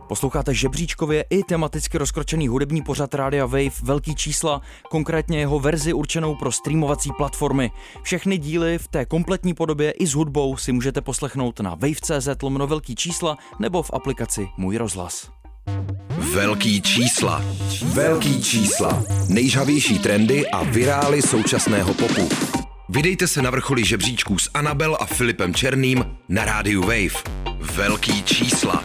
Posloucháte žebříčkově i tematicky rozkročený hudební pořad Rádia Wave Velký čísla, konkrétně jeho verzi určenou pro streamovací platformy. Všechny díly v té kompletní podobě i s hudbou si můžete poslechnout na wave.cz/velký čísla nebo v aplikaci Můj rozhlas. Velký čísla. Velký čísla. Nejžhavější trendy a virály současného popu. Vydejte se na vrcholy žebříčků s Anabel a Filipem Černým na rádiu Wave. Velký čísla.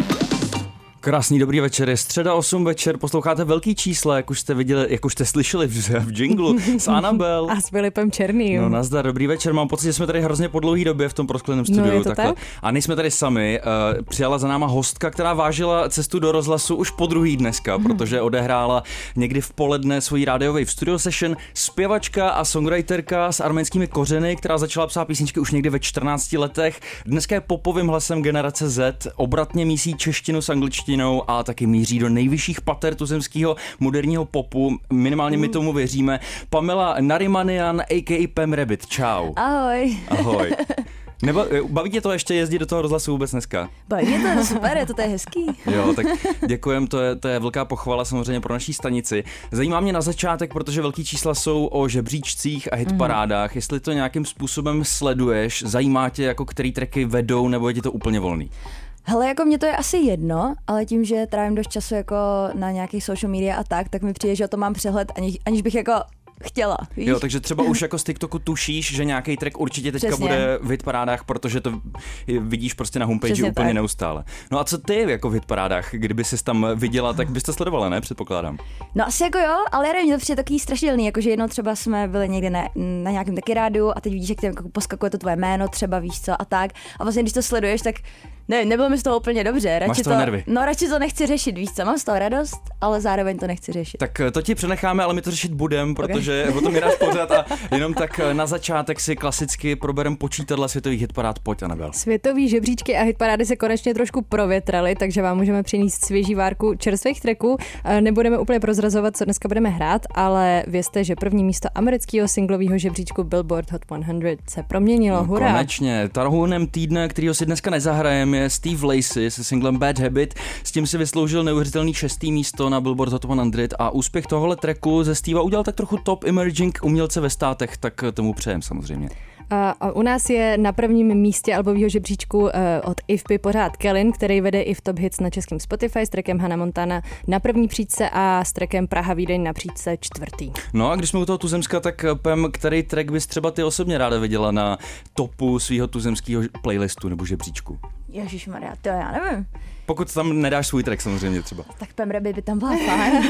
Krásný dobrý večer, je středa 8 večer, posloucháte Velký čísla, jak už jste viděli, jak už jste slyšeli v jinglu s Anabel. A s Filipem Černým. No nazdar, dobrý večer, mám pocit, že jsme tady hrozně po dlouhý době v tom proskleném studiu. No je to tak? A nejsme tady sami, přijala za náma hostka, která vážila cestu do rozhlasu už po druhý dneska, protože odehrála někdy v poledne svoji Radio Wave Studio Session, zpěvačka a songwriterka s arménskými kořeny, která začala psát písničky už někdy ve 14 letech. Dneska je popovým hlasem generace Z, obratně mísí češtinu s angličtinou a taky míří do nejvyšších pater tuzemského moderního popu. Minimálně my tomu věříme. Pamela Narimanian, a.k.a. Pam Rabbit. Čau. Ahoj. Ahoj. Baví tě to ještě jezdit do toho rozhlasu vůbec dneska? Baví mě to, super, to je hezký. Jo, tak děkujem, to je velká pochvala samozřejmě pro naší stanici. Zajímá mě na začátek, protože velký čísla jsou o žebříčcích a hitparádách, jestli to nějakým způsobem sleduješ, zajímá tě, jako který tracky vedou, nebo je ti to úplně volný? Hele, jako mě to je asi jedno, ale tím, že trávím dost času jako na nějakých social media a tak mi přijde, že o tom mám přehled, aniž bych jako chtěla, víš? Jo, takže třeba už jako z TikToku tušíš, že nějaký track určitě teďka Přesně. bude v hitparádách, protože to vidíš prostě na homepage Přesně úplně tak. neustále. No a co ty jako v hitparádách, kdyby ses tam viděla, tak bys to sledovala, ne? Předpokládám. No asi jako jo, ale já nevím, mě to přijde takový strašidelný, jakože jednou třeba jsme byli někde na nějakém taky rádiu a teď vidíš, jak tam jako poskakuje to tvoje jméno, třeba víš co a tak. A vlastně když to sleduješ, tak nebylo mi z toho úplně dobře. Máš toho nervy. No radši to nechci řešit, víš co, mám z toho radost, ale zároveň to nechci řešit. Tak to ti přenecháme, ale my to řešit budeme, protože o tom je náš pořad a jenom tak na začátek si klasicky proberem počítadla světových hitparád. Pojď, Anabel. Světový žebříčky a hitparády se konečně trošku provětraly, takže vám můžeme přinést svěží várku čerstvých tracků. Nebudeme úplně prozrazovat, co dneska budeme hrát, ale vězte, že první místo amerického singlového žebříčku Billboard Hot 100 se proměnilo. Hurá! Konečně. Tahounem týdne, kterýho si dneska nezahrajeme, je Steve Lacy se singlem Bad Habit. S tím si vysloužil neuvěřitelný 6. místo na Billboard Hot 100 a úspěch tohohle tracku ze Steva udělal tak trochu top emerging umělce ve státech, tak tomu přejem samozřejmě. A u nás je na prvním místě albového žebříčku od IFPy pořád Kellyn, který vede i v top hits na českém Spotify s trackem Hannah Montana na první příčce a s trackem Praha Vídeň na příčce 4. No a když jsme u toho tuzemska, tak Pem, který track bys třeba ty osobně ráda viděla na topu svého tuzemského playlistu nebo žebříčku? Ježišmarja, to já nevím. Pokud tam nedáš svůj track samozřejmě třeba. Tak Pam Rabbit by tam byla fajn.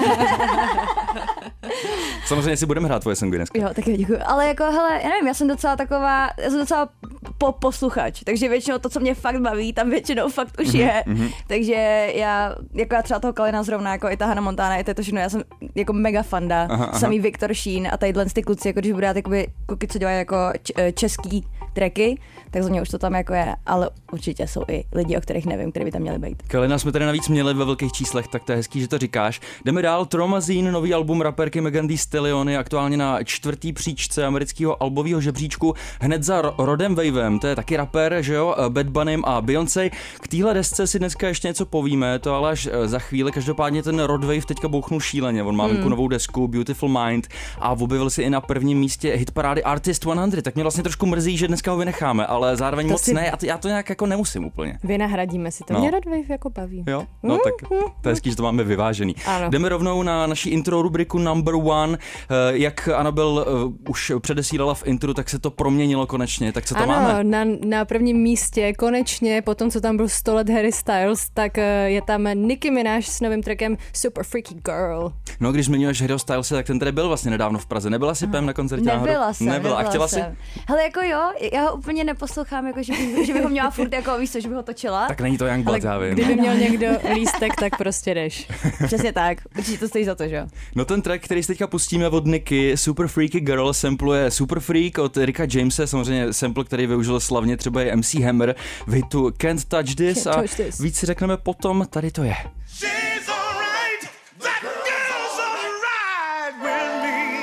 Samozřejmě si budeme hrát tvoje songy dneska. Jo, tak jo, děkuji. Ale jako, hele, já nevím, já jsem docela posluchač, takže většinou to, co mě fakt baví, tam většinou fakt už je. Takže já třeba toho Kellina zrovna, jako i ta Hannah Montana, i to všechno, já jsem jako mega fanda. Samý Viktor Sheen a tadyhle ty kluci, jako když budu dát jakoby kluky, co dělají jako český tracky, tak za mě už to tam jako je, ale určitě jsou i lidi, o kterých nevím, kteří by tam měli být. Kellina jsme tady navíc měli ve velkých číslech, tak to je hezký, že to říkáš. Jdeme dál, Tromazine, nový album raperky Megan Thee Stallion je aktuálně na 4. příčce amerického albového žebříčku, hned za Rodem Wavem, to je taky rapper, že jo, Bad Bunnym a Beyoncé. K téhle desce si dneska ještě něco povíme, to ale až za chvíli. Každopádně ten Rod Wave teďka bouchnul šíleně, on má venku novou desku Beautiful Mind a objevil si i na prvním místě hitparády Artist 100, tak mě vlastně trošku mrzí, že dneska ho vynecháme, ale zároveň To moc si- ne, a já to nějak jako nemusím úplně. Vynahradíme si to. No. Mě Rod Wave jako baví. Jo, no tak to je hezký, že to máme vyvážený. Ano. Jdeme rovnou na naší intro rubriku Number One. Jak Anabel už předesílala v intru, tak se to proměnilo konečně, tak co tam máme? Ano, na prvním místě konečně, po tom, co tam byl 100 let Harry Styles, tak je tam Nicki Minaj s novým trackem Super Freaky Girl. No, když zmiňuješ Harryho Stylese, tak ten tady byl vlastně nedávno v Praze. Nebyla si Pem na koncertě náhodou? Nebyla. A chtěla jsem. si? Hele, jako jo, já ho úplně neposlouchám, jako že bych ho měla furt, jako víš co, že bych ho točila. Tak není to Youngblood, já vím. Kdyby měl někdo lístek, tak prostě jdeš. Přesně tak, určitě to stojí za to, že jo. No ten track, který si teďka pustíme od Nicky, Super Freaky Girl, sampluje Super Freak od Ricka Jamese, samozřejmě sample, který využil slavně třeba i MC Hammer v hitu Can't Touch This a víc si řekneme potom, tady to je. She's alright, that girl's alright with me.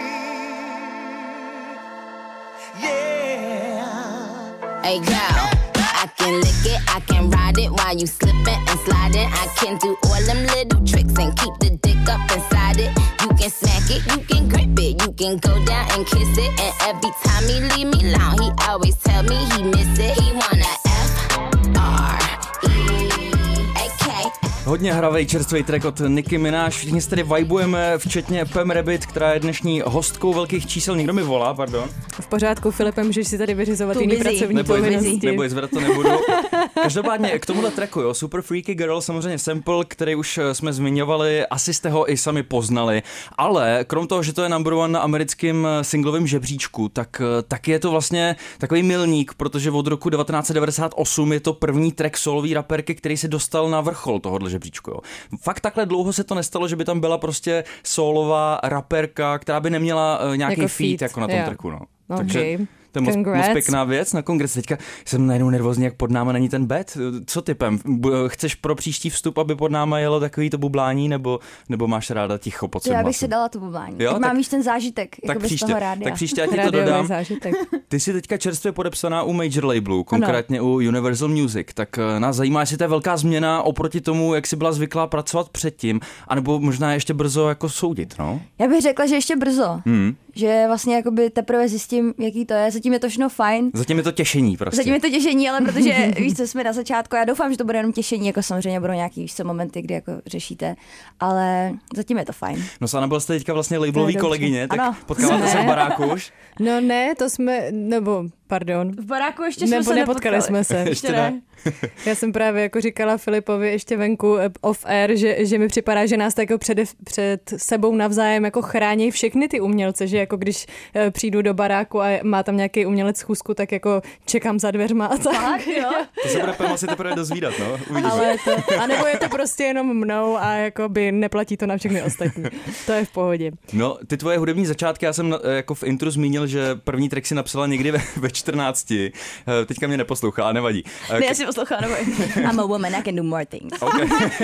Yeah. Hey girl, I can lick it, I can ride it while you slipping and sliding. I can do all them little tricks and keep the dick up inside it. You can smack it, you can grip it, you can go down and kiss it. And every time he leave me alone, he always tell me he miss it. He wanna F-R-E-A-K. Hodně hravej čerstvý track od Nicki Minaj, všichni se tady vibujeme, včetně Pam Rabbit, která je dnešní hostkou velkých čísel. Někdo mi volá, pardon. V pořádku, Filipe, můžeš si tady vyřizovat Tu jiný busy. pracovní povinnosti. Neboj, zvedat to nebudu. Každopádně k tomuhle tracku, jo, Super Freaky Girl, samozřejmě sample, který už jsme zmiňovali, asi jste ho i sami poznali, ale krom toho, že to je number one na americkém singlovém žebříčku, tak taky je to vlastně takový milník, protože od roku 1998 je to první track solový raperky, který se dostal na vrchol tohohle žebříčku. Jo. Fakt takhle dlouho se to nestalo, že by tam byla prostě solová raperka, která by neměla nějaký Jako feat feat, jako na tom jo. tracku. No. Okay. Takže to je moc Congrats. pěkná věc na kongres. Teďka jsem najednou nervózní, jak pod náma není ten bet. Co typem? Chceš pro příští vstup, aby pod náma jelo takový to bublání, nebo máš ráda ticho pod Já bych hlasem? si dala tu bublání. Jo, Tak tak- mám víš ten zážitek, Tak jakoby z příště, toho rádia. tak příště já ti to Rádiový dodám. zážitek. Ty jsi teďka čerstvě podepsaná u major labelu, konkrétně u Universal Music, tak nás zajímá, jestli to je velká změna oproti tomu, jak jsi byla zvyklá pracovat předtím, anebo možná ještě brzo jako soudit, no? Já bych řekla, že ještě brzo. Že vlastně jakoby teprve zjistím, jaký to je. Zatím je to všechno fajn. Zatím je to těšení prostě. Zatím je to těšení, ale protože víš, co jsme na začátku, já doufám, že to bude jenom těšení, jako samozřejmě budou nějaký víš co, momenty, kdy jako řešíte, ale zatím je to fajn. No s Anabel jste teďka vlastně labelový dobře. kolegyně, tak Ano. potkáváte se v Ne. baráku už? No ne, to jsme, nebo pardon. V baráku ještě jsme Nebo se nepotkali jsme se. Ještě ne. Já jsem právě jako říkala Filipovi ještě venku off air, že mi připadá, že nás tak jako před sebou navzájem jako chrání všechny ty umělce, že jako když přijdu do baráku a má tam nějaký umělec schůzku, tak jako čekám za dveřma a tak. Fakt, jo? To se bude Pam asi teprve dozvídat, no. Uvidíme. Ale a nebo je to prostě jenom mnou a jako by neplatí to na všechny ostatní. To je v pohodě. No, ty tvoje hudební začátky, já jsem jako v intru zmínil, že první track si napsala někdy ve 14. Teďka mě neposlouchá, ale nevadí. Ne, já si poslouchám, nebo I'm a woman, I can do more things. Okay.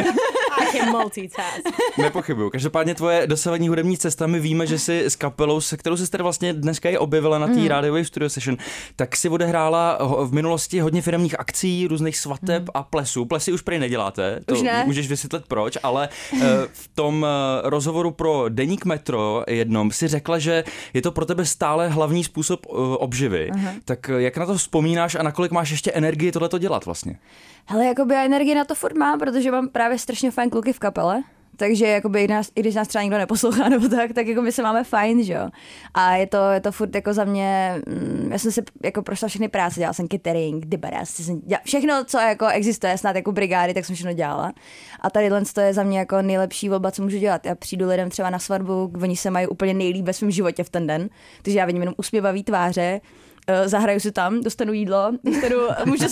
I can multitask. Nepochybuju. Každopádně tvoje dosavadní hudební cesta, my víme, že jsi s kapelou, se kterou jsi tady vlastně dneska i objevila na té Radio Wave Studio Session, tak si odehrála v minulosti hodně firemních akcí, různých svateb a plesů. Plesy už prý neděláte, to Už ne. můžeš vysvětlit proč, ale v tom rozhovoru pro deník Metro jednom si řekla, že je to pro tebe stále hlavní způsob obživy. Tak jak na to vzpomínáš a nakolik máš ještě energii tohleto dělat vlastně? Hele, jakoby já energii na to furt mám, protože mám právě strašně fajn kluky v kapele. Takže jakoby, i když nás třeba nikdo neposlouchá nebo tak jako my se máme fajn, že jo. A je to furt jako za mě, já jsem si jako prošla všechny práce, dělala jsem catering, všechno, co jako existuje, snad jako brigády, tak jsem všechno dělala. A tady to je za mě jako nejlepší volba, co můžu dělat. Já přijdu lidem třeba na svatbu, oni se mají úplně nejlíp ve svém životě v ten den, takže já vidím jenom usměvavý tváře, zahraju si tam, dostanu jídlo, můžeš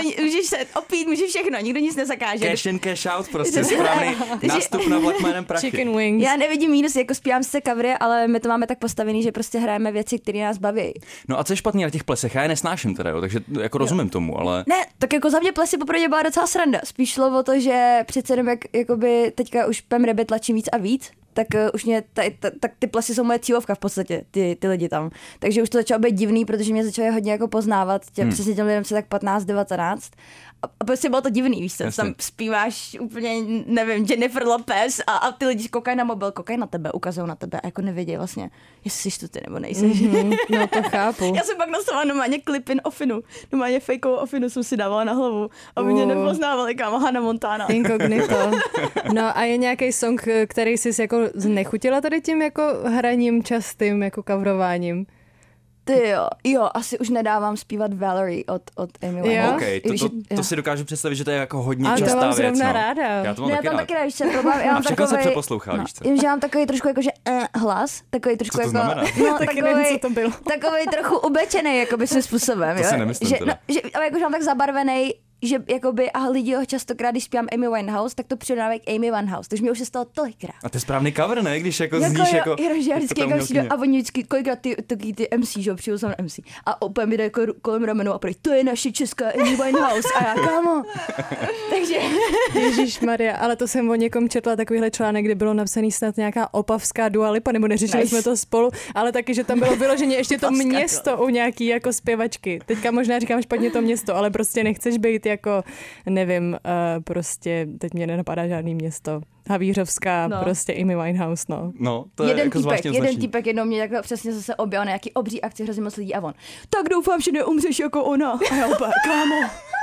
se opít, můžeš všechno, nikdo nic nezakáže. Cash in, cash out, prostě správný nástup na vlak jménem prachy. Chicken wings. Já nevidím mínus, jako zpívám se covery, ale my to máme tak postavený, že prostě hrajeme věci, které nás baví. No a co je špatný na těch plesech? Já je nesnáším teda, jo, takže jako rozumím tomu, ale... Ne, tak jako za mě plesy poprvé byla docela sranda. Spíš šlo o to, že přece jenom jakoby teďka už Pam Rabbit tlačím víc a víc, tak už mě tak ty plesy jsou moje cílovka v podstatě, ty lidi tam. Takže už to začalo být divný, protože mě začalo hodně jako poznávat, přesně těm lidem se tak 15, 19. A prostě bylo to divný, víš co, tam zpíváš úplně, nevím, Jennifer Lopez a ty lidi koukají na mobil, koukají na tebe, ukazují na tebe a jako nevědí vlastně, jestli jsi to ty nebo nejseš. No to chápu. Já jsem pak dostala normálně klipin ofinu, normálně fejkovou ofinu jsem si dávala na hlavu a mě nepoznávali, kámo, Hannah Montana. Inkognito. No a je nějaký song, který jsi jako znechutila tady tím jako hraním častým, jako coverováním? Ty jo, asi už nedávám zpívat Valerie od Amy Jo? Winehouse. Okay, to si dokážu představit, že to je jako hodně A to častá mám věc. zrovna No. ráda. Já to mám Já taky tam rád. taky rád, že problém. Já A mám všechno se takovej, přeposlouchá, víš co? Jim, že mám takový trošku jakože hlas, takový trošku Co to jako, znamená? no, Taky nevím, co to bylo. takový trochu ubečený, jakoby svým způsobem, To jo? si nemyslím že, teda. no, že, ale jakože mám tak zabarvený, že jakoby, a lidi ho častokrát, když zpívám Amy Winehouse, tak to přirovnávají k Amy Winehouse, takže mi už se stalo tolikrát. A to je správný cover, ne? Když jako zníš jako... že já vždycky jako přijdu a oni vždycky, kolikrát ty MC, že jo, přijdu jsem na MC a úplně mi jde jako kolem ramenu a prý, to je naše česká Amy Winehouse a já, kámo. Takže... Ježišmarja, ale to jsem o někom četla takovýhle článek, kde bylo napsaný snad nějaká opavská Dua Lipa, nebo neřešili jsme to spolu, ale taky, že tam bylo vyloženě ještě to město u nějaký jako zpěvačky. Teďka možná říkám špatně to město, ale prostě nechceš být jako, nevím, prostě teď mě nenapadá žádný město. Havířovská, prostě Amy Winehouse, no. No, to je jako zvláštně označení. Jeden týpek jednou mě takhle přesně zase objel na nějaký obří akci, hrozně moc lidí a on, tak doufám, že neumřeš jako ona. A já úplně, kámo.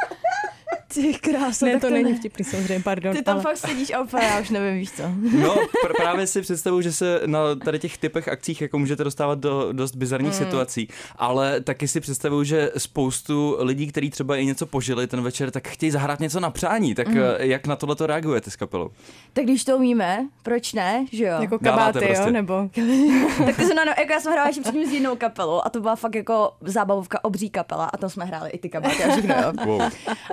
Ty krása, ne, to není vtipný samozřejmě, pardon. Ty tam fakt sedíš a úplně, já už nevím, víš co. No, právě si představuju, že se na tady těch typech akcích jako můžete dostávat do dost bizarních situací, ale taky si představuju, že spoustu lidí, kteří třeba i něco požili ten večer, tak chtějí zahrát něco na přání, tak jak na tohleto reagujete s kapelou? Tak když to umíme, proč ne, že jo? Jako kabáty, prostě. Jo, nebo? Tak to jako já jsem hrála ještě předtím s jinou kapelou a to byla fakt jako zábavovka, obří kapela a tam jsme hráli i ty kabáty a všechno, jo. Wow.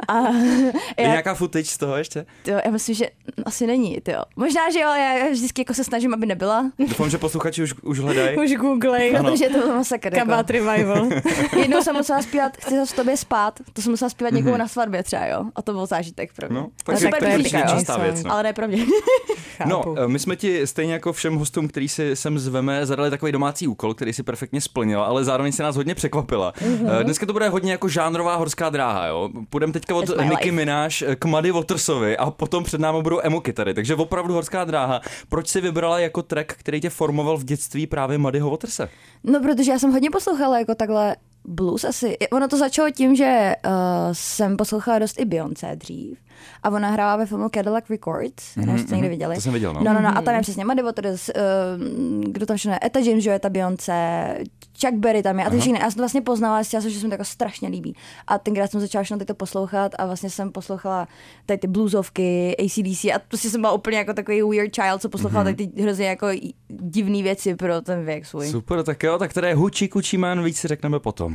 Je nějaká footage z toho ještě? Jo, já myslím, že asi není, jo. Možná, že jo, já vždycky jako se snažím, aby nebyla. Doufám, že posluchači už hledají. Už googlej. Protože to byl masakr. Kabát revival. Jednou jsem musela zpívat Chci za v tobě spát, to jsem musela zpívat někomu na svatbě třeba, jo. A to byl zážitek pro mě. No, takže to je určitě čistá věc. Ale ne pro mě. No, my jsme ti stejně jako všem hostům, který si sem zveme, zadali takový domácí úkol, který si perfektně splnila, ale zároveň se nás hodně překvapila. Dneska to bude hodně jako žánrová horská dráha, jo. Půjdeme teďka od Nicki Minaj k Muddy Watersovi a potom před námi budou emo kytary, takže opravdu horská dráha. Proč jsi vybrala jako track, který tě formoval v dětství právě Muddyho Waterse? No, protože já jsem hodně poslouchala jako takhle blues asi. Ono to začalo tím, že jsem poslouchala dost i Beyoncé dřív. A ona hrála ve filmu Cadillac Records, nevím, jste někdy viděli. To jsem viděl, no. No, a tam je přesně Muddy Waters, kdo tam všechno je, Etta James, že je ta Beyoncé, Chuck Berry tam je a ty všechny. Já jsem to vlastně poznala, že se mi to jako strašně líbí. A tenkrát jsem začala všechno to poslouchat a vlastně jsem poslouchala tady ty bluesovky, AC/DC a prostě jsem byla úplně jako takový weird child, co poslouchala tady ty hrozně jako divný věci pro ten věk svůj. Super, tak jo, tak tady je Hoochie Coochie Man, víc si řekneme potom.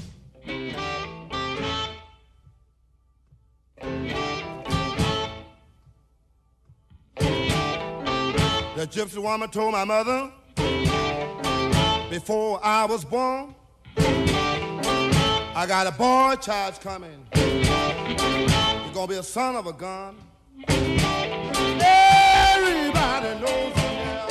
The gypsy woman told my mother before I was born, I got a boy child coming. He's gonna be a son of a gun. Everybody knows him now.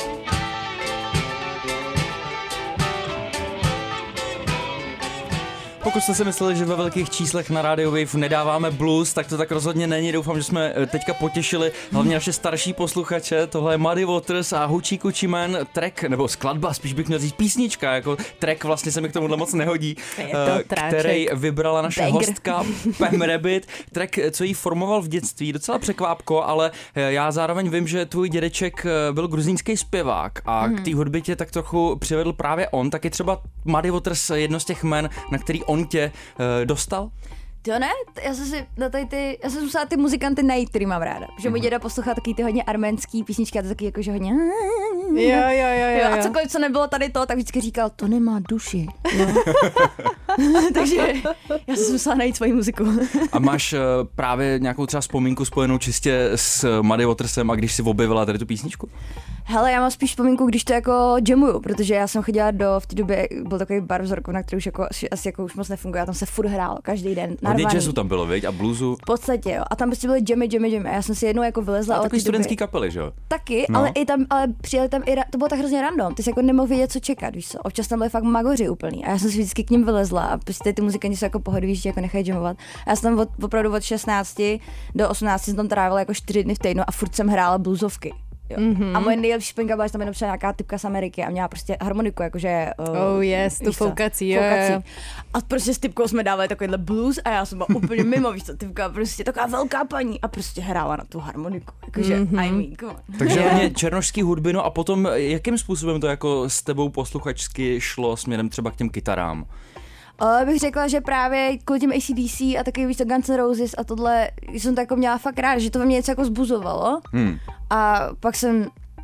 Pokud jste si mysleli, že ve velkých číslech na Radio Wave nedáváme blues, tak to tak rozhodně není. Doufám, že jsme teďka potěšili hlavně naše starší posluchače. Tohle je Muddy Waters a Hoochie Coochie Man, track, nebo skladba, spíš bych měl říct písnička, jako track vlastně se mi k tomuhle moc nehodí, který vybrala naše hostka Pam Rabbit. Track, co jí formoval v dětství, docela překvápko, ale já zároveň vím, že tvůj dědeček byl gruzínský zpěvák a k té hudbě tě tak trochu přivedl právě on. Taky třeba Muddy Waters, jedno z těch jmen, na který on tě dostal? To ne, já jsem musela ty muzikanty najít, který mám ráda. Že můj děda poslouchal taky ty hodně arménský písničky a to taky jakože hodně... Jo. A cokoliv, co nebylo tady to, tak vždycky říkal, to nemá duši. Takže já jsem musela najít svoji muziku. A máš právě nějakou třeba vzpomínku spojenou čistě s Muddy Watersem a když si objevila tady tu písničku? Hele, já mám spíš vzpomínku, když to jako jamuju, protože já jsem chodila v té době, byl takový bar v Zorkovna, který už jako, asi jako už moc nefunguje, a tam se furt hrálo každý den. Hodně jazzu tam bylo, viď? A bluesu. V podstatě, jo. A tam prostě byly jammy. A já jsem si jednou jako vylezla. A takový studentský kapely, že jo? Taky, no. ale přijeli tam i, to bylo tak hrozně random. Ty jsi jako nemohl vědět, co čekat, víš co. Občas tam byly fakt magoři úplný. A já jsem si vždycky k ním vylezla a prostě ty muzikanti jsou jako pohodoví, že jako nechají jamovat. A já jsem tam opravdu od 16 do 18 jsem tam trávila jako 4 dny v týdnu a furt jsem hrála bluesovky. Jo. A moje nejlepší vzpomínka byla, že tam jenom přišla nějaká typka z Ameriky a měla prostě harmoniku, jakože... tu foukací. A prostě s typkou jsme dávali takovýhle blues a já jsem byla úplně mimo, víš co, typka prostě taková velká paní a prostě hrála na tu harmoniku, jakože I mean, Takže hodně černošský hudby, no a potom jakým způsobem to jako s tebou posluchačsky šlo směrem třeba k těm kytarám? Bych řekla, že právě kvůli těm AC/DC a taky víš to Guns N' Roses a tohle jsem to jako měla fakt rád, že to ve mně něco jako zbuzovalo. A pak jsem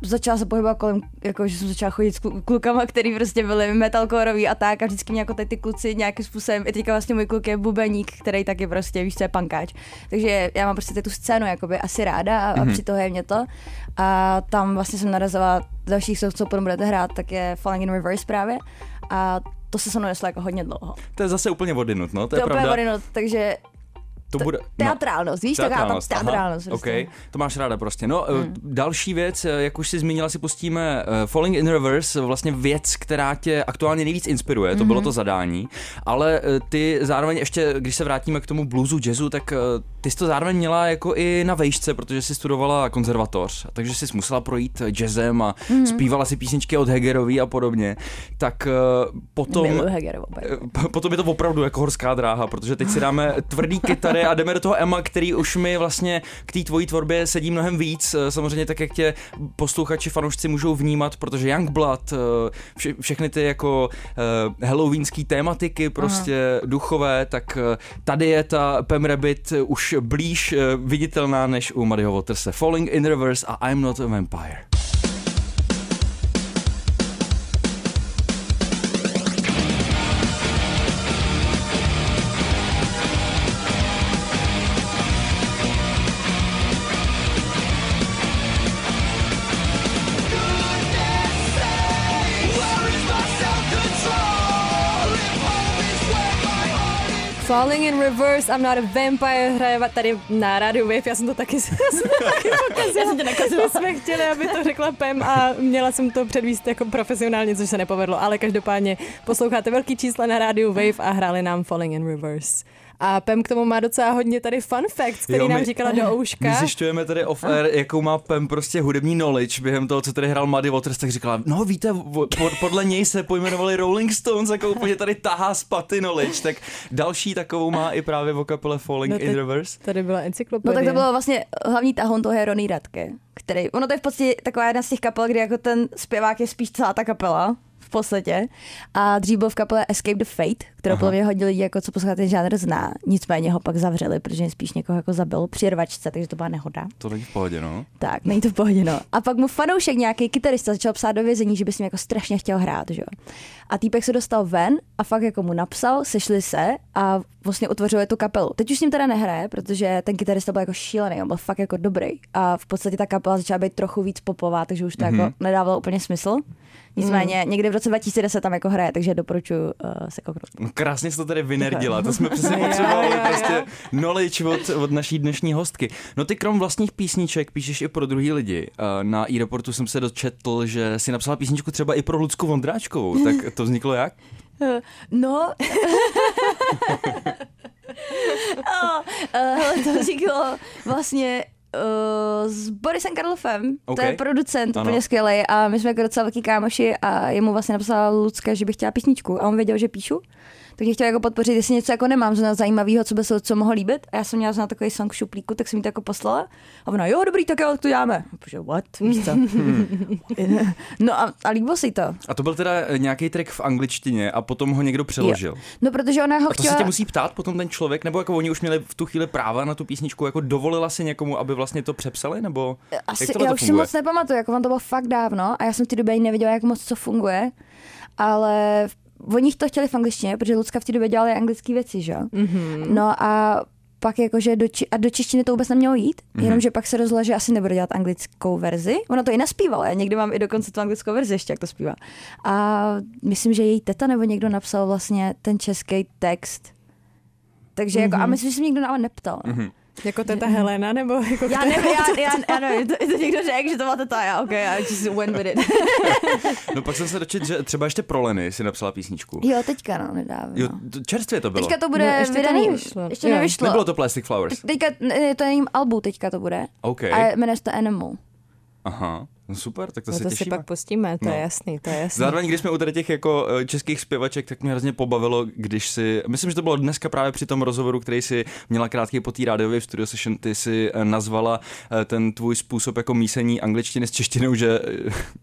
začala se pohybovat kolem, jako že jsem začala chodit s klukama, který prostě byli metalcoreoví a tak a vždycky mě jako ty kluci nějakým způsobem, i teďka vlastně můj kluk je bubeník, který taky prostě, víš co je punkáč. Takže já mám prostě tu scénu jakoby asi ráda a přitohuje mě to. A tam vlastně jsem narazila dalších, co potom budete hrát, tak je Falling in Reverse právě. A to se mnou neslo jako hodně dlouho. To je zase úplně odinut, no, to je pravda. pravda. Úplně odinut, takže To bude, teatrálnost, víš, taková teatrálnost. Okay. To máš ráda prostě. No, další věc, jak už si zmínila, si pustíme Falling in Reverse, vlastně věc, která tě aktuálně nejvíc inspiruje, to bylo to zadání, ale ty zároveň ještě, když se vrátíme k tomu bluesu, jazzu, tak ty jsi to zároveň měla jako i na vejšce, protože jsi studovala konzervatoř, takže jsi musela projít jazzem a zpívala si písničky od Hegerový a podobně, tak potom je to opravdu jako horská dráha, protože teď si dáme tvrdý kytary a jdeme do toho Emma, který už mi vlastně k té tvojí tvorbě sedí mnohem víc, samozřejmě tak, jak tě posluchači, fanoušci můžou vnímat, protože Youngblood, všechny ty jako halloweenský tématiky, prostě duchové, tak tady je ta Pam Rabbit už blíž viditelná než u Muddyho Waterse. Falling in Reverse a I'm Not a Vampire. Falling in Reverse, I'm Not a Vampire, hraje tady na rádiu Wave, já jsem to taky pokazila. My jsme chtěli, aby to řekla Pam a měla jsem to předvíst jako profesionálně, což se nepovedlo, ale každopádně posloucháte velký čísla na rádiu Wave a hráli nám Falling in Reverse. A Pam k tomu má docela hodně tady fun facts, který nám říkala do ouška. My zjišťujeme tady off-air, jakou má Pam prostě hudební knowledge během toho, co tady hrál Muddy Waters, tak říkala, no víte, podle něj se pojmenovali Rolling Stones, jako úplně tady tahá z paty knowledge, tak další takovou má i právě o kapele Falling in Reverse. Tady byla encyklopedie. No tak to bylo vlastně hlavní tahoun toho je Ronnie Radke, který, ono to je v podstatě taková jedna z těch kapel, kdy jako ten zpěvák je spíš celá ta kapela. V podstatě. A dřív byl v kapele Escape the Fate, kterou podle mě hodně lidí, jako co poslouchá ten žánr zná. Nicméně ho pak zavřeli, protože spíš někoho jako zabil při rvačce, takže to byla nehoda. To není v pohodě, no. Tak, není to v pohodě, no. A pak mu fanoušek, nějaký kytarista, začal psát do vězení, že by s ním jako strašně chtěl hrát, že jo. A týpek se dostal ven a fakt jako mu napsal, sešli se a vlastně utvořili tu kapelu. Teď už s ním teda nehraje, protože ten kytarista byl jako šílený, on byl fakt jako dobrý. A v podstatě ta kapela začala být trochu víc popová, takže už to jako nedávalo úplně smysl. Nicméně někdy v roce 2010 tam jako hraje, takže doporučuji se kouknout. No krásně jsi to tady vynerdila, to jsme přesně potřebovali prostě knowledge od naší dnešní hostky. No ty krom vlastních písniček píšeš i pro druhý lidi. Na e-reportu jsem se dočetl, že si napsala písničku třeba i pro Lucku Vondráčkovou, tak to vzniklo jak? No, to vzniklo vlastně s Borisem Karlofem, to je producent, úplně skvělej a my jsme jako docela velký kámoši a jemu vlastně napsala Lucka, že by chtěla písničku a on věděl, že píšu. Tak mě chtěl jako podpořit, jestli něco jako nemám zajímavého, co by se co mohlo líbit. A já jsem měla znát takový song v šuplíku, tak jsem mi to jako poslala. A ona, jo, dobrý, tak jo, to děláme. Protože what? Víš co? No a líbilo se jí to. A to byl teda nějaký track v angličtině a potom ho někdo přeložil. Jo. No protože ona ho chtěla... A to se tě musí ptát potom ten člověk, nebo jako oni už měli v tu chvíli práva na tu písničku, jako dovolila si někomu, aby vlastně to přepsali, nebo asi, já už si moc nepamatuju, jako on to bylo fakt dávno a já jsem v té době nevěděla, jak moc co funguje, ale oni to chtěli v angličtině, protože Lucka v té době dělali anglické věci, že? No a pak jakože do češtiny to vůbec nemělo jít, jenomže pak se rozhodla, že asi nebude dělat anglickou verzi. Ona to i naspívala, já někdy mám i dokonce tu anglickou verzi ještě, jak to zpívá. A myslím, že její teta nebo někdo napsal vlastně ten český text. Takže jako, a myslím, že se mě nikdo neptal. Jako teta Helena, nebo jako já nevím, já nevím, to někdo řekl, že to má teta, já I just went with it. No pak jsem se dočet, že třeba ještě pro Leny si napsala písničku. Jo, teďka no, nedávno. Jo, čerstvě to bylo. Teďka to bude vydaný. Ještě nevyšlo. Nebylo to Plastic Flowers. Teďka, to je jejím albu, teďka to bude. Okay. A jmenuje se to Animal. Aha. No super, tak to se to těšíme. si pak pustíme, to je jasný, to je jasný. Zároveň, když jsme u tady těch jako českých zpěvaček, tak mě hrozně pobavilo, když si, myslím, že to bylo dneska právě při tom rozhovoru, který si měla krátký po té rádiové studio session, ty si nazvala ten tvůj způsob jako mísení angličtiny s češtinou, že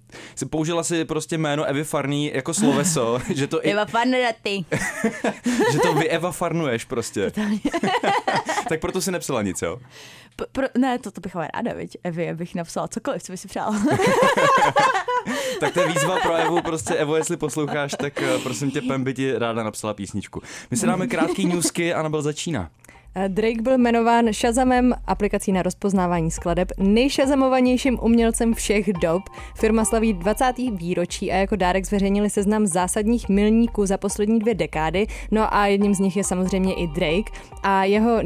použila si prostě jméno Evy Farný jako sloveso, že to Eva Farneraty. že to vy Eva farnuješ prostě. Tak proto si nepsala nic, jo? Ne, to bych ale ráda, viď? Evy, abych napsala cokoliv, co by si přála. Tak to je výzva pro Evu, prostě Evo, jestli posloucháš, tak prosím tě, Pem by ti ráda napsala písničku. My si dáme krátký newsky, Anabel začíná. Drake byl jmenován Shazamem, aplikací na rozpoznávání skladeb, nejšazamovanějším umělcem všech dob. Firma slaví 20. výročí a jako dárek zveřejnili seznam zásadních milníků za poslední 2 dekády. No a jedním z nich je samozřejmě i Drake. A jeho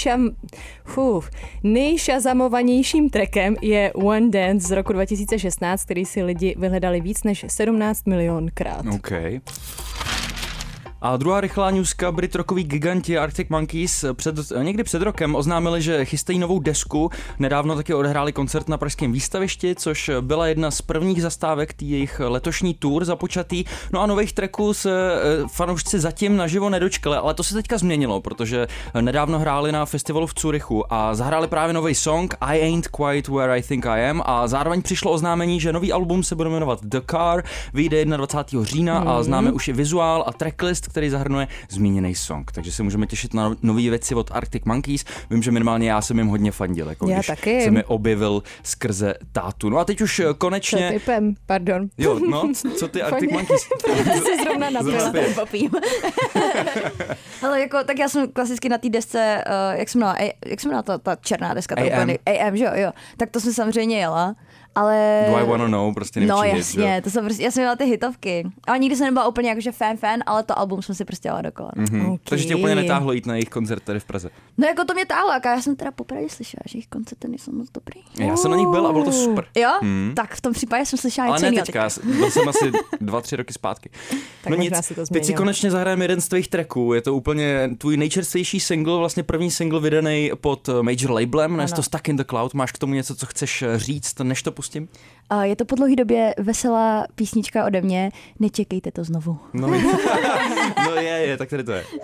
nejšazamovanějším trackem je One Dance z roku 2016, který si lidi vyhledali víc než 17 milionkrát. Okay. A druhá rychlá newska, Brit rockoví giganti Arctic Monkeys někdy před rokem oznámili, že chystají novou desku. Nedávno taky odehráli koncert na pražském výstavišti, což byla jedna z prvních zastávek té jejich letošní tour započatý. No a nových tracků se fanoušci zatím naživo nedočkali, ale to se teďka změnilo, protože nedávno hráli na festivalu v Curychu a zahráli právě nový song I Ain't Quite Where I Think I Am a zároveň přišlo oznámení, že nový album se bude jmenovat The Car, vyjde 21. října a známe už i vizuál a tracklist, který zahrnuje zmíněný song. Takže se můžeme těšit na nové věci od Arctic Monkeys. Vím, že minimálně já jsem jim hodně fandil, jako já když taky. jsem je objevil skrze tátu. No a teď už konečně... Co typem, pardon. Jo, no, co ty Arctic Monkeys? Jsi zrovna napila. Popím. Ale jako, tak já jsem klasicky na té desce, jak se jmenovala ta černá deska? AM, že jo. Tak to jsem samozřejmě jela. Ale... Do I Wanna Know, prostě nejlepší no hit, jasně, to jsem prostě, já jsem měla ty hitovky. Ale nikdy jsem nebyla úplně jakože fan, ale to album jsem si prostě jela dokola. Okay. Takže tě úplně netáhlo jít na jejich koncert tady v Praze. No jako to mě táhlo, já jsem teda poprvé slyšela, že jejich koncerty nejsou moc dobrý. Já jsem na nich byl a bylo to super. Jo? Tak v tom případě jsem slyšela ale ne teďka, byl jsem asi 2-3 roky zpátky. Tak no nic, teď si konečně zahrajeme jeden z tvých tracků, je to úplně tvůj nejčerstvější single, vlastně první single vydaný pod major labelem, je to Stuck in the Cloud, máš k tomu něco, co chceš říct, než to pustím? Je to po dlouhé době veselá písnička ode mě, nečekejte to znovu. No je, tak tady to je.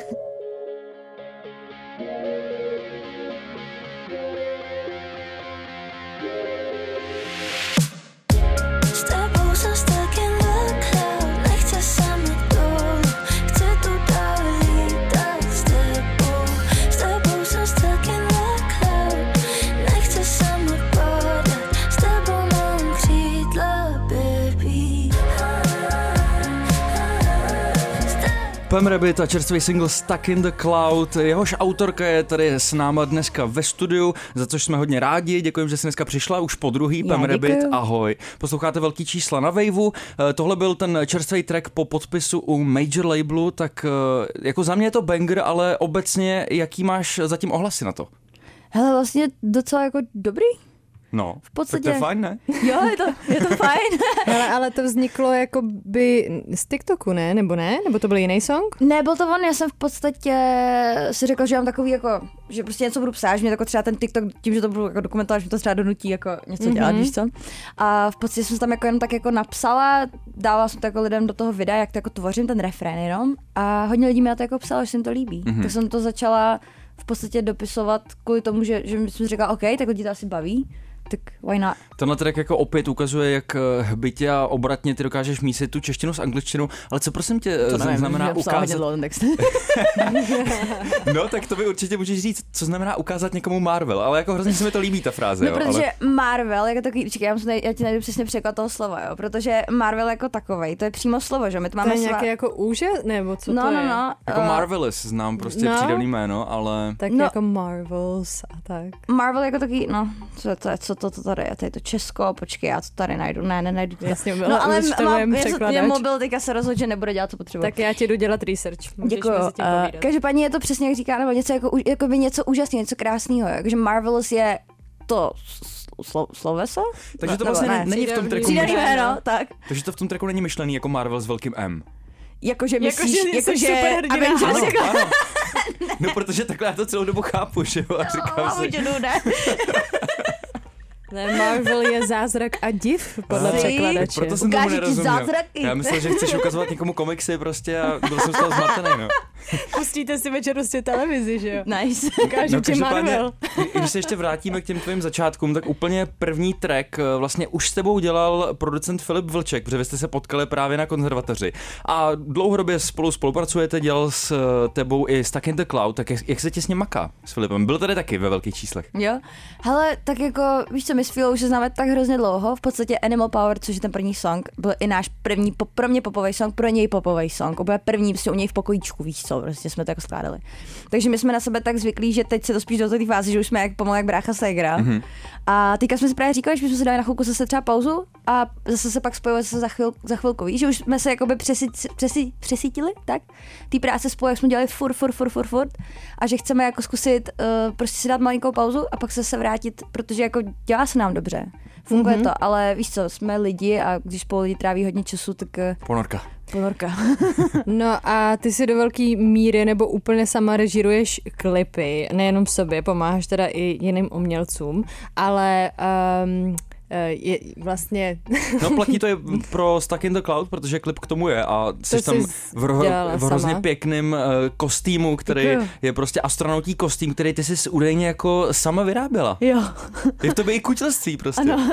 Pam Rabbit a čerstvý single Stuck in the Cloud. Jehož autorka je tady s náma dneska ve studiu, za což jsme hodně rádi. Děkujeme, že jsi dneska přišla už po druhý. Pam Rabbit, ahoj. Posloucháte Velký čísla na Waveu. Tohle byl ten čerstvý track po podpisu u major labelu, tak jako za mě je to banger, ale obecně jaký máš zatím ohlasy na to? Hele, vlastně docela jako dobrý. No, v podstatě. Tak to je fajn, ne? Jo, je to fajn. ale to vzniklo jakoby z TikToku, ne? Nebo ne? Nebo to byl jiný song? Ne, byl to on, já jsem v podstatě si řekla, že mám takový jako, že prostě něco budu psát, že mě jako třeba ten TikTok, tím, že to budu jako dokumentovat, že mě to třeba donutí jako něco dělat, víš co? A v podstatě jsem tam jako jenom tak jako napsala, dávala jsem to jako lidem do toho videa, jak to jako tvořím ten refrén jenom a hodně lidí mi na to jako psalo, že se jim to líbí. Tak jsem to začala v podstatě dopisovat kvůli tomu, že jsem si řekla, OK, tak lidi to asi baví. Tak why not? Tenhle track jako opět ukazuje, jak hbitě a obratně ty dokážeš mísit tu češtinu s angličtinou, ale co prosím tě to nevím, znamená ukázat? Text. No, tak to by určitě můžeš říct, co znamená ukázat někomu Marvel, ale jako hrozně se mi to líbí ta fráze. No, jo, protože ale... Marvel, jako takový, já ti najdu přesně překlad toho slova, jo, protože Marvel jako takovej, to je přímo slovo, že my to máme nějaký jako úžas, nebo co to je? No. Jako Marvelous, znám prostě přídavný jméno, ale... Tak jako Marvels a tak. Marvel jako takový, no, co to tady je, tady to Česko, počkej, já to tady najdu, nenajdu. Jasně, no ale mě mobil teďka se rozhodl, že nebude dělat, co potřebuje. Tak já ti jdu dělat research. Děkuju. Každopádně je to přesně, jak říká, nebo něco jako by něco úžasného, něco krásného, jakože Marvelous je to sloveso? Takže to vlastně není v tom tracku myšlený. Tak. Takže to v tom tracku není myšlený jako Marvel s velkým M. Jakože myslíš, jakože Avengers. Ano. No, protože takhle já to celou dobu chápu, že jo? A říkám si... Ne, Marvel je zázrak a div, podle překladače. Proto jsem tomu nerozuměl. Já myslel, že chceš ukazovat někomu komiksy prostě a byl jsem z toho zmatený, no. Pustíte si večer prostě televizi, že jo? Nice. Ukážu ti Marvel. Když se ještě vrátíme k těm tvým začátkům, tak úplně první track vlastně už s tebou dělal producent Filip Vlček, protože vy jste se potkali právě na konzervatoři. A dlouhodobě spolupracujete, dělal s tebou i Stuck in the Cloud, tak jak se ti s ním maká s Filipem? Byl tady taky ve velkých číslech. Jo, hele, tak jako, víš co, my s Filou už se známe tak hrozně dlouho, v podstatě Animal Power, což je ten první song, byl i náš první, pro mě popový song, pro něj popový song, úplně první prostě u něj v pokojíčku, víš co, prostě jsme to jako skládali. Takže my jsme na sebe tak zvyklí, že teď se to spíš do té fáze, že už jsme pomalu jak brácha ségra. Mm-hmm. A teďka jsme si právě říkali, že bychom si dali na chvilku zase třeba pauzu a zase se pak spojili zase za chvilku, víš, že už jsme se jakoby přesítili, tak? Ty práce spolu, jak jsme dělali furt a že chceme jako zkusit prostě si dát malinkou pauzu a pak se vrátit, protože jako dělá se nám dobře. Funguje to, ale víš co, jsme lidi a když spolu lidi tráví hodně času, tak... Ponorka. No a ty si do velký míry nebo úplně sama režiruješ klipy, nejenom sobě, pomáháš teda i jiným umělcům, ale... je vlastně... No platí to je pro Stuck in the Cloud, protože klip k tomu je a jsi tam v hrozně pěkným kostýmu, který je prostě astronautí kostým, který ty jsi údajně jako sama vyráběla. Jo. Je v tobě i kutilství prostě. Ano.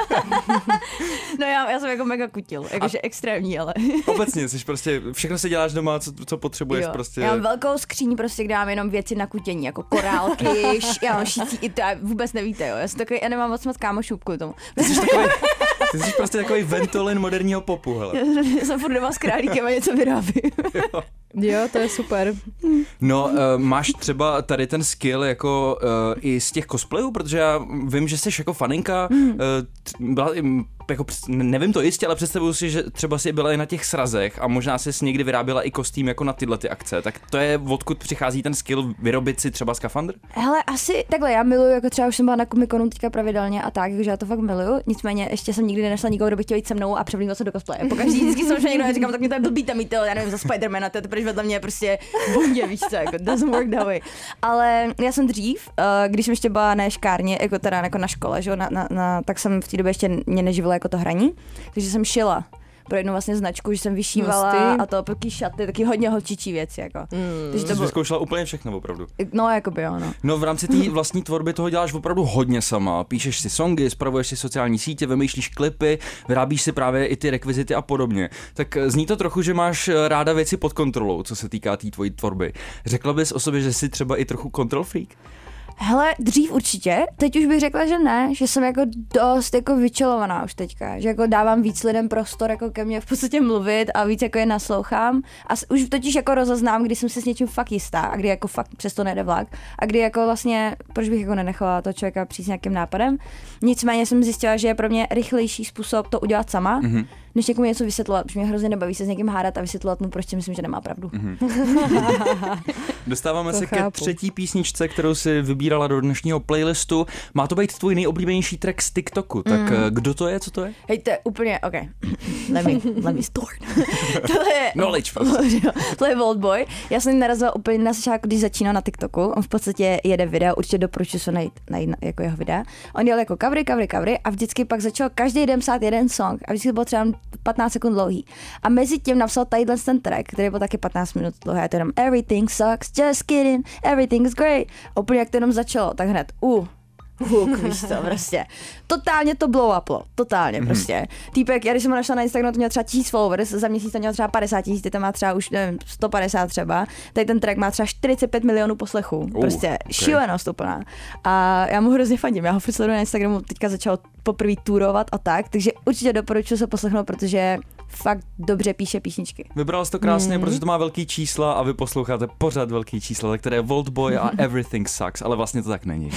No já jsem jako mega kutil, jakože extrémní, ale... Obecně jsi prostě, všechno si děláš doma, co potřebuješ jo. Prostě. Já mám velkou skříň prostě, kde mám jenom věci na kutění, jako korálky, já mám šící, i to vůbec nevíte, jo. Já jsem takový, já nemám moc kámošů kvůli tomu. Ty jsi prostě takový Ventolin moderního popu, hele. Já jsem furt doma s králíkem a něco vyrábím. Jo, to je super. No, máš třeba tady ten skill jako i z těch cosplayů, protože já vím, že jsi jako faninka, byla jako, nevím to jistě, ale představuju si, že třeba si byla i na těch srazech a možná jsi někdy vyráběla i kostým jako na tyhle ty akce, tak to je odkud přichází ten skill vyrobit si třeba skafandr? Hele, asi takhle, já miluju, jako třeba už jsem byla na Comic-Conu teďka pravidelně a tak, takže já to fakt miluju, nicméně ještě jsem nikdy nenašla nikoho, kdo by chtěl jít se mnou a převlívat se do cosplaye. Pokaždý vždycky jsem šla někdo a říkám, tak mě to je blbý tam mít, já nevím, za Spidermana, to je teprve vedle mě prostě bohdě, víš co, jako doesn't work that way. Ale já jsem dřív, když jsem ještě byla na škárně, jako teda jako na škole, že, tak jsem v té době ještě mě neživila jako to hraní, takže jsem šila pro jednu vlastně značku, že jsem vyšívala a to taky šaty, taky hodně holčičí věci, jako. Takže to jsi vyzkoušela úplně všechno, opravdu. No, jakoby jo, no. No v rámci té vlastní tvorby toho děláš opravdu hodně sama. Píšeš si songy, spravuješ si sociální sítě, vymýšlíš klipy, vyrábíš si právě i ty rekvizity a podobně. Tak zní to trochu, že máš ráda věci pod kontrolou, co se týká té tvojí tvorby. Řekla bys o sobě, že jsi třeba i trochu control freak? Hele, dřív určitě, teď už bych řekla, že ne, že jsem jako dost jako vyčelovaná už teďka, že jako dávám víc lidem prostor jako ke mně v podstatě mluvit a víc jako je naslouchám a už totiž jako rozeznám, kdy jsem si s něčím fakt jistá a kdy jako fakt přesto nejde vlak a kdy jako vlastně, proč bych jako nenechala toho člověka přijít s nějakým nápadem, nicméně jsem zjistila, že je pro mě rychlejší způsob to udělat sama, než někomu něco vysvětlovat, protože mě hrozně nebaví se s někým hádat a vysvětlovat mu, proč si myslím, že nemá pravdu. Dostáváme se ke třetí písničce, kterou si vybírala do dnešního playlistu. Má to být tvůj nejoblíbenější track z TikToku, tak kdo to je, co to je? Hej, to je úplně, OK, let me start. Knowledge. To je Voltboy. Já jsem narazila úplně na začátku, když začínal na TikToku. On v podstatě jede videa, určitě doporučuji se najít jako jeho videa. On dělal jako covery a vždycky pak začal každý den psát jeden song a vždycky byl třeba 15 sekund dlouhý. A mezi tím napsal tadyhle ten track, který byl taky 15 minut dlouhý. A to jenom everything sucks, just kidding, everything is great. A úplně jak to jenom začalo, tak hned víš to, prostě. Totálně to blow uplo, totálně prostě. Týpek, já když jsem ho našla na Instagramu, to měl třeba 1000 followers, za měsíc to měl třeba 50 000, ty tam má třeba už, nevím, 150 třeba. Tady ten track má třeba 45 milionů poslechů, prostě šílenost úplná. A já mu hrozně fandím, já ho sleduju na Instagramu, teďka začal poprvé turovat a tak, takže určitě doporučuji se poslechnout, protože fakt dobře píše písničky. Vybral jsi to krásně, protože to má velký čísla a vy posloucháte pořád velký čísla, které je Voltboy a Everything Sucks, ale vlastně to tak není.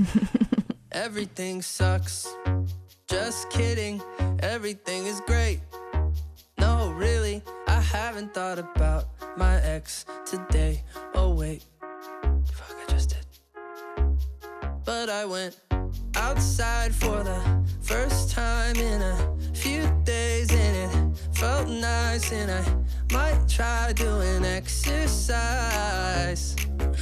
Everything sucks, just kidding, everything is great. No, really, I haven't thought about my ex today. Oh wait, fuck, I just did. But I went outside for the first time in a few days and it felt nice and I might try doing exercise.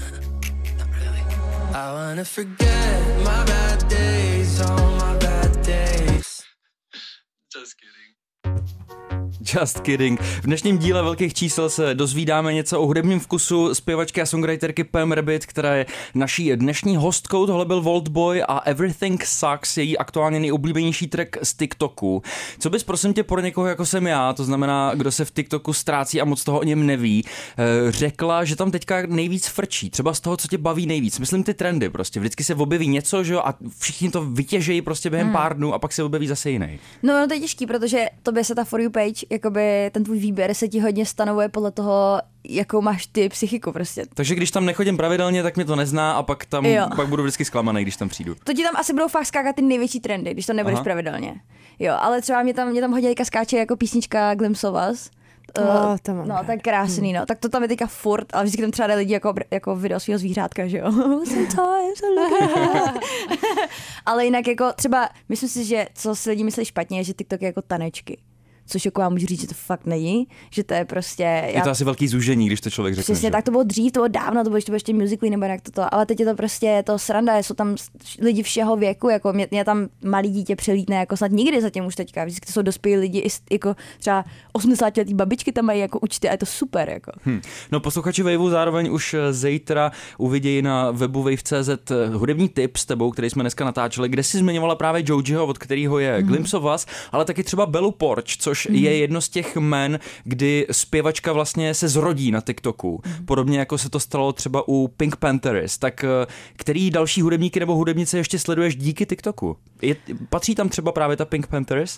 I wanna forget my bad days, all my bad days. Just kidding. Just kidding. V dnešním díle Velkých čísel se dozvídáme něco o hudebním vkusu zpěvačky a songwriterky Pam Rabbit, která je naší dnešní hostkou. Tohle byl Voltboy a Everything Sucks, její aktuálně nejoblíbenější track z TikToku. Co bys prosím tě pro někoho jako jsem já, to znamená, kdo se v TikToku ztrácí a moc toho o něm neví, řekla, že tam teďka nejvíc frčí, třeba z toho, co tě baví nejvíc. Myslím ty trendy prostě. Vždycky se objeví něco, že jo, a všichni to vytěžejí prostě během pár dnů a pak se objeví zase jiný. No to je těžký, protože tobě se ta For You page, jakoby ten tvůj výběr se ti hodně stanovuje podle toho, jakou máš ty psychiku prostě. Takže když tam nechodím pravidelně, tak mě to nezná a pak pak budu vždycky zklamaný, když tam přijdu. To ti tam asi budou fakt skákat ty největší trendy, když to nebudeš pravidelně. Jo, ale třeba mě tam hodně teďka skáče jako písnička Glimpse of Us. No, to je krásný, no. Tak to tam je teďka furt, ale vždycky tam třeba dají lidi jako video svýho zvířátka, že jo. Sometimes I look at ale jinak jako třeba, myslím si, že co si lidi myslí špatně, je, že TikTok je jako tanečky. Což jako vám můžu říct, že to fakt není, že to je prostě... Je to asi velký zúžení, když to člověk řekne. Přesně, tak to bylo dřív, to bylo dávno, to bylo ještě Musical.ly nebo jak to, ale teď je to prostě to sranda, jsou tam lidi všeho věku, jako mě tam malý dítě přelítne, jako snad nikdy zatím už teďka, vždycky to jsou dospělí lidi, jako třeba 80letý babičky tam mají jako účty a je to super, jako. No posluchači Waveu zároveň už zítra uvidějí na webu wave.cz hudební tip s tebou, který jsme dneska natáčeli, kde si zmiňovala právě Jojiho, od kterého je Glimpse of Us, ale taky třeba Bellu Porch, což je jedno z těch jmen, kdy zpěvačka vlastně se zrodí na TikToku. Podobně jako se to stalo třeba u Pink Panthers. Tak který další hudebníky nebo hudebnice ještě sleduješ díky TikToku? Patří tam třeba právě ta Pink Panthers?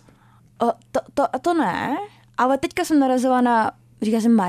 To ne, ale teďka jsem narazila na, říká se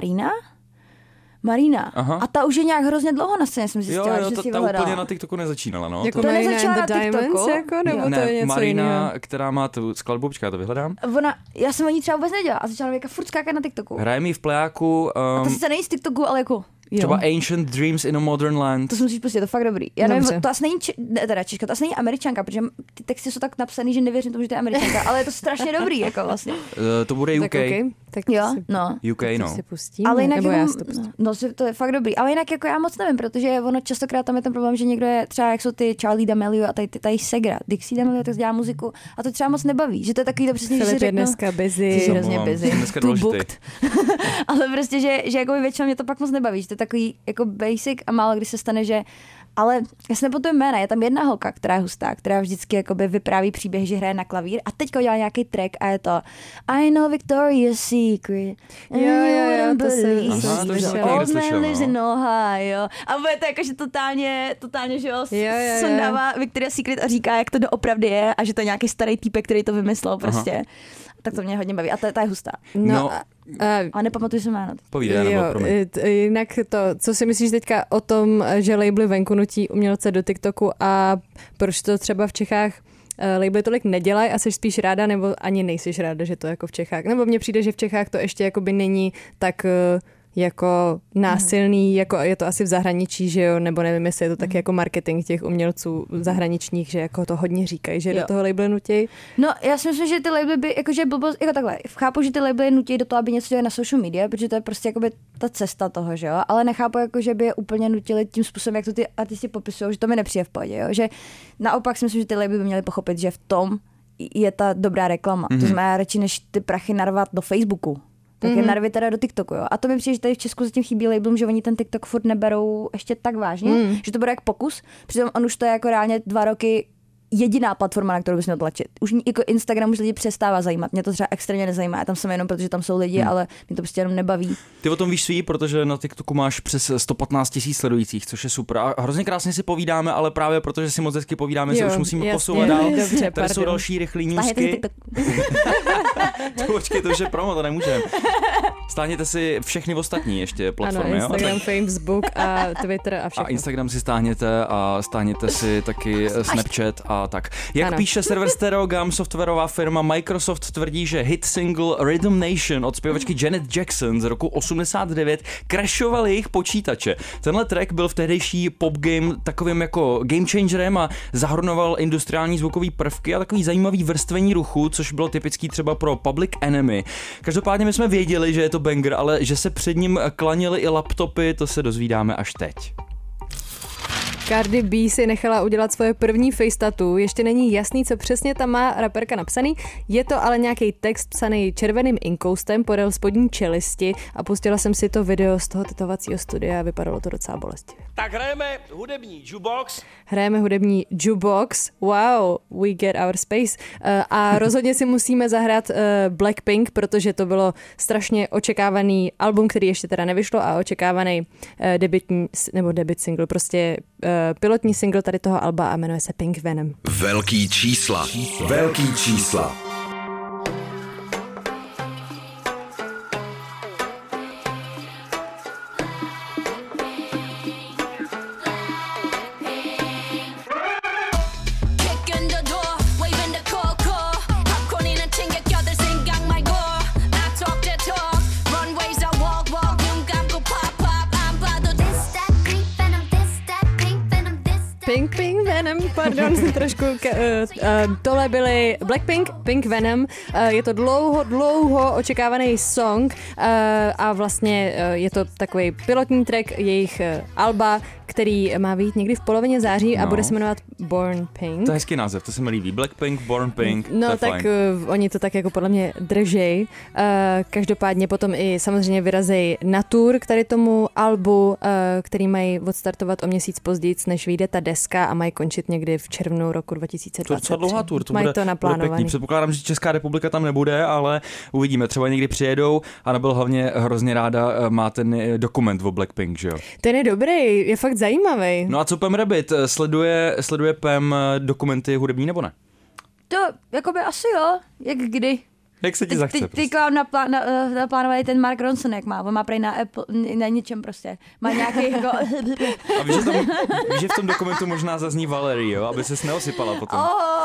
Marina. Aha. A ta už je nějak hrozně dlouho na scéně, jsem zjistila, že si vyhledala. Ta úplně na TikToku nezačínala, no. Jako to nezačala na TikToku? Jako, nebo ne, to je něco Marina, jiného? která má tu skladbu, počká, to vyhledám. Já jsem o ní třeba vůbec nedělala a začala furt skákat na TikToku. Hraje mi v plejáku. A to sice není z TikToku, ale jako... Třeba Ancient Dreams in a Modern Land. To si musíš pustit, to je fakt dobrý. Já nevím, to asi není Češka, to asi není Američanka, protože ty texty jsou tak napsaný, že nevěřím tomu, že to je Američanka, ale je to strašně dobrý, jako vlastně. To bude UK. Tak jo, no. UK, no. Si pustíme, ale jinak jako, to je fakt dobrý. Ale jinak jako já moc nevím, protože ono častokrát tam je ten problém, že někdo je třeba, jak jsou ty Charli D'Amelio a tady Segra, Dixie D'Amelio, tak dělá muziku a to třeba moc nebaví, že to je takový to přesně, že si řeknu, dneska busy. Jsi hrozně busy. Ale prostě, že jako většinou mě to pak moc nebaví, že to je takový jako basic a málo kdy se stane, že ale já si nepamatuju jména, je tam jedna holka, která je hustá, která vždycky jakoby vypráví příběh, že hraje na klavír a teďka udělá nějaký track a je to I know Victoria's Secret. Jo, to jsem slyšela. Old man lives in Ohio. A bude to jakože totálně, že jo, sundává Victoria's Secret a říká, jak to doopravdy je a že to je nějaký starý týpek, který to vymyslel prostě. Aha. Tak to mě hodně baví. A ta je hustá. No. A nepamatuji se jméno. Povídej, jinak to, co si myslíš teďka o tom, že labely venku nutí umělce do TikToku a proč to třeba v Čechách labely tolik nedělají a jsi spíš ráda, nebo ani nejsiš ráda, že to jako v Čechách? Nebo mně přijde, že v Čechách to ještě jakoby není tak jako násilný, jako je to asi v zahraničí, že jo, nebo nevím, jestli je to taky jako marketing těch umělců zahraničních, že jako to hodně říkají, že do toho labely nutí. No, já si myslím, že ty labely by, jakože blbost, jako takhle, chápu, že ty labely nutí do toho, aby něco dělali na social media, protože to je prostě jakoby ta cesta toho, že jo, ale nechápu, jako, že by je úplně nutili tím způsobem, jak to ty artisti popisují, že to mi nepřijde v pohodě, jo, že naopak si myslím, že ty labely by měly pochopit, že v tom je ta dobrá reklama. To znamená radši, než ty prachy narvat do Facebooku. Tak je narvě teda do TikToku, jo. A to mi přijde, že tady v Česku zatím chybí labelům, že oni ten TikTok furt neberou ještě tak vážně, že to bude jak pokus. Přitom on už to je jako reálně 2 roky jediná platforma, na kterou bys měl tlačit. Už jako Instagram už lidi přestává zajímat. Mě to třeba extrémně nezajímá. Já tam jsem jenom, protože tam jsou lidi, ale mě to prostě jenom nebaví. Ty o tom víš svý, protože na TikToku máš přes 115 000 sledujících, což je super. A hrozně krásně si povídáme, ale právě protože si moc hezky povídáme, se už musíme posouvat dál. Dobře, tady jsou další rychlý newsky. Počkej, to už je promo, to nemůžeme. Stáhněte si všechny ostatní ještě platformy. Ano, Instagram, Facebook a Twitter a všechno. A Instagram si stáhněte a stáhněte si taky Snapchat a tak. Jak píše server Stereogam, softwarová firma Microsoft tvrdí, že hit single Rhythm Nation od zpěvačky Janet Jackson z roku 89 crashoval jejich počítače. Tenhle track byl v tehdejší pop game takovým jako game changerem a zahrnoval industriální zvukový prvky a takový zajímavý vrstvení ruchu, což bylo typický třeba pro Public Enemy. Každopádně my jsme věděli, že je to banger, ale že se před ním klaněly i laptopy, to se dozvídáme až teď. Cardi B si nechala udělat svoje první face tattoo. Ještě není jasný, co přesně tam má raperka napsaný. Je to ale nějaký text psaný červeným inkoustem podél spodní čelisti a pustila jsem si to video z toho tetovacího studia a vypadalo to docela bolestivě. Tak hrajeme hudební jukebox. Hrajeme hudební jukebox. Wow, we get our space. A rozhodně si musíme zahrát Blackpink, protože to bylo strašně očekávaný album, který ještě teda nevyšlo a očekávaný debut single, prostě pilotní single tady toho alba a jmenuje se Pink Venom. Velký čísla. Velký čísla. Pink Venom, pardon, trošku. Tohle byly Blackpink, Pink Venom. Je to dlouho očekávaný song a vlastně je to takový pilotní track jejich alba, který má vyjít někdy v polovině září a bude se jmenovat Born Pink. To je hezký název, to se mi líbí. Blackpink, Born Pink. No tak oni to tak jako podle mě držej. Každopádně potom i samozřejmě vyrazej na tour k tady tomu albu, který mají odstartovat o měsíc později, než vyjde ta deska a mají končit někdy v červnu roku 2020. To je docela dlouhá tour, to mají bude, to naplánovaný. Bude předpokládám, že Česká republika tam nebude, ale uvidíme, třeba někdy přijedou a nebyl hlavně hrozně ráda má ten dokument o Blackpink, že jo? Ten je dobrý, je fakt zajímavý. No a co Pam Rabbit? Sleduje Pam dokumenty hudební nebo ne? To jakoby asi jo, jak kdy. Jak se ti zachce? Ty vám naplánovali ten Mark Ronson, jak má. On má prej na Apple, na ničem prostě. Má nějaký jako... A víš, že v tom dokumentu možná zazní Valerie, jo? Aby ses neosypala potom.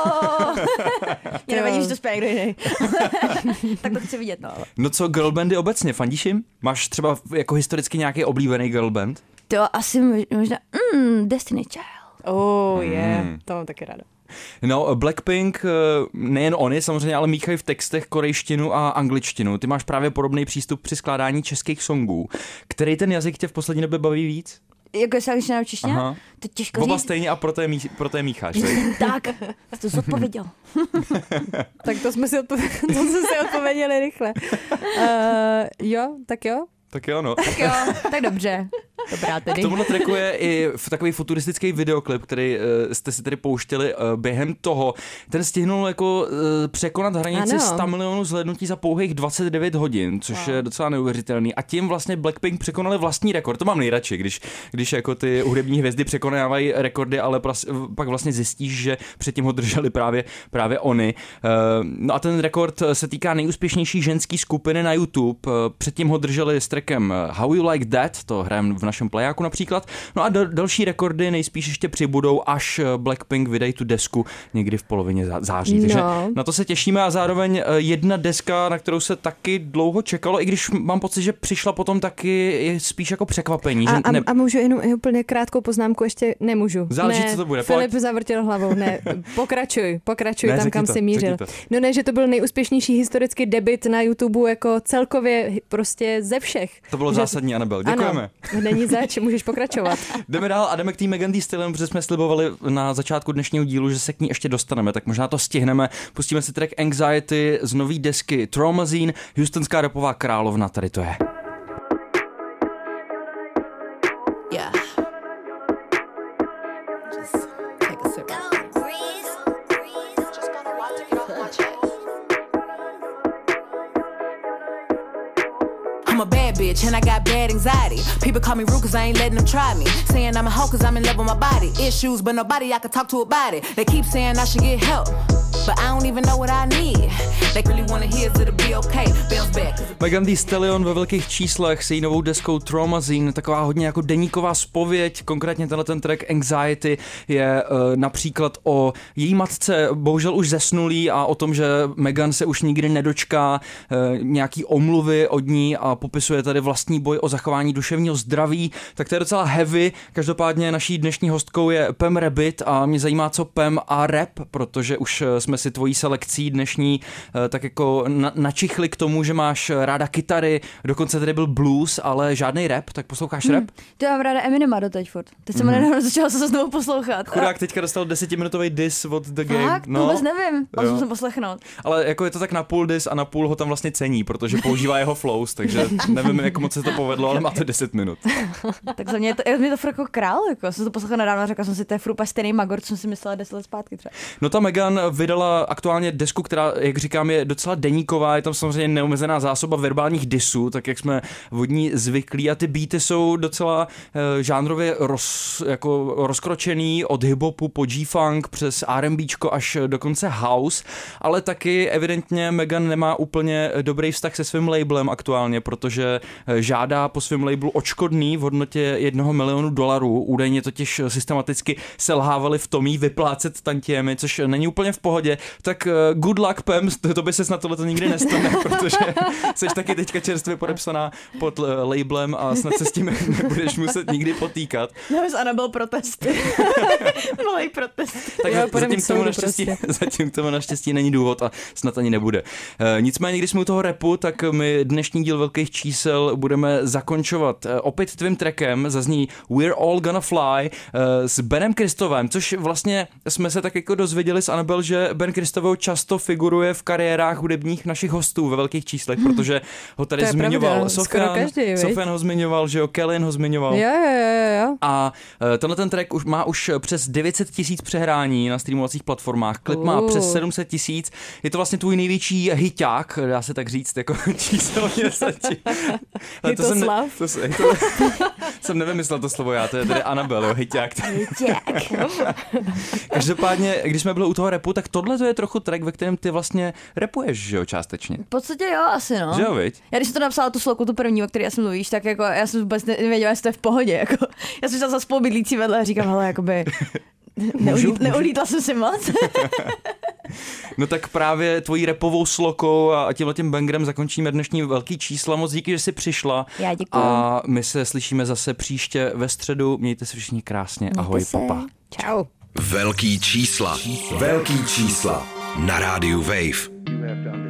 Mě nevadí, že to zpěje kdo jiný. Tak to chci vidět, no. No co girlbandy obecně, fandíš jim? Máš třeba jako historicky nějaký oblíbený girlband? To asi možná Destiny Child. To mám taky ráda. No, Blackpink, nejen oni samozřejmě, ale míchají v textech korejštinu a angličtinu. Ty máš právě podobný přístup při skládání českých songů. Který ten jazyk tě v poslední době baví víc? Jako se angličtina nebo čeština? To těžko říct. Oba stejně a proto je mícháš. Tak, to jsi odpověděl. Tak to jsme si odpověděli rychle. Jo, tak jo. Tak jo, no. Tak jo, tak dobře. Dobrá tedy. K tomuhle tracku je i takový futuristický videoklip, který jste si tady pouštěli během toho. Ten stihnul jako překonat hranici 100 milionů zhlédnutí za pouhých 29 hodin, což je docela neuvěřitelný. A tím vlastně Blackpink překonali vlastní rekord. To mám nejradši, když jako ty hudební hvězdy překonávají rekordy, ale pak vlastně zjistíš, že předtím ho drželi právě oni. No a ten rekord se týká nejúspěšnější ženský skupiny na YouTube. Předtím ho drželi s trackem How You Like That, to hrajeme v našem plajáku například. No a další rekordy nejspíš ještě přibudou, až Blackpink vydají tu desku někdy v polovině září. Takže na to se těšíme a zároveň jedna deska, na kterou se taky dlouho čekalo, i když mám pocit, že přišla potom taky je spíš jako překvapení. A můžu jenom úplně krátkou poznámku, ještě nemůžu. Záleží, co to bude. Filip zavrtěl hlavou, ne. Pokračuj ne, tam, kam jsi mířil. No ne, že to byl nejúspěšnější historický debut na YouTube jako celkově prostě ze všech. To bylo zásadní, Anabel. Děkujeme. Ano, není zač, můžeš pokračovat. Jdeme dál a jdeme k té Megan Thee Stallion, protože jsme slibovali na začátku dnešního dílu, že se k ní ještě dostaneme, tak možná to stihneme. Pustíme si track Anxiety z nový desky Traumazine, houstonská rapová královna, tady to je. Yeah. Just take a sip. I'm a bad bitch and I got bad anxiety. People call me rude cause I ain't letting them try me. Saying I'm a hoe cause I'm in love with my body. Issues but nobody I can talk to about it. They keep saying I should get help, but I don't even know what I need. They really wanna hear is it'll be okay. Bounce back. Megan Thee Stallion ve velkých číslech s její novou deskou Traumazine, taková hodně jako deníková zpověď, konkrétně tenhle ten track Anxiety je například o její matce, bohužel už zesnulý, a o tom, že Megan se už nikdy nedočká nějaký omluvy od ní a popisuje tady vlastní boj o zachování duševního zdraví, tak to je docela heavy. Každopádně naší dnešní hostkou je Pam Rabbit a mě zajímá, co Pam a rap, protože už jsme si tvojí selekcí dnešní tak jako načichli k tomu, že máš ráda kytary, dokonce tady byl blues, ale žádný rap, tak posloucháš rap? To já mám ráda Eminema doteď furt. Teď jsem nedávno začala se znovu poslouchat. Chudák teďka dostal 10-minutový diss od The Game. Fakt? Vůbec nevím, musím se poslechnout. Ale jako je to tak na půl diss a na půl ho tam vlastně cení, protože používá jeho flows, takže nevím, jak moc se to povedlo, ale má to 10 minut. Tak za mě to furt jako král, jako jsem to poslouchala nedávno a řekla jsem si, to je furt stejný magor, co jsem si myslela 10 let zpátky třeba. No ta Megan vydala aktuálně desku, která, jak říkám, je docela deníková, je tam samozřejmě neomezená zásoba verbálních disů, tak jak jsme od ní zvyklí a ty beaty jsou docela žánrově rozkročený od hiphopu po G-funk přes R&Bčko až dokonce house, ale taky evidentně Megan nemá úplně dobrý vztah se svým labelem aktuálně, protože žádá po svém labelu odškodný v hodnotě $1 milionu. Údajně totiž systematicky selhávali v tom jí vyplácet tantiemy, což není úplně v pohodě. Tak good luck, Pam, to by se na tohleto nikdy nestane, protože jsi taky teďka čerstvě podepsaná pod labelem a snad se s tím nebudeš muset nikdy potýkat. Já s Anabel protesty. Malej protest. Tak zatím tomu naštěstí není důvod a snad ani nebude. Nicméně, když jsme u toho rapu, tak my dnešní díl Velkých čísel budeme zakončovat opět tvým trackem, zazní We're All Gonna Fly s Benem Kristovem, což vlastně jsme se tak jako dozvěděli s Anabel, že Ben Kristovo často figuruje v kariérách hudebních našich hostů ve Velkých číslech, protože ho tady zmiňoval Sofian ho zmiňoval, že jo, Kellyn ho zmiňoval. Jo. A tenhle ten track má už přes 900 000 přehrání na streamovacích platformách. Klip má přes 700 000. Je to vlastně tvůj největší hiťák, dá se tak říct, jako číselně zatím. Jsem nevymyslel to slovo já, to je tady Anabel, jo, hiťák. Každopádně, když jsme byli u toho rapu, tak tohle to je trochu track, ve kterém ty vlastně rapuješ, že jo, částečně. V podstatě jo, asi no. Že jo, viď? Já když jsem to napsala tu sloku, tu první, o který asi mluvíš, tak jako já jsem vůbec nevěděla, jestli to je v pohodě, jako. Já jsem šla za spolubydlící vedle a říkám, hele, jakoby neulítla jsem si moc. No tak právě tvojí rapovou slokou a tímhletím bangerem zakončíme dnešní Velký čísla. Moc díky, že jsi přišla. Já děkuju. A my se slyšíme zase příště ve středu. Mějte se všichni krásně. Ahoj, papa. Čau. Velký čísla. Velký čísla. Na rádiu Wave.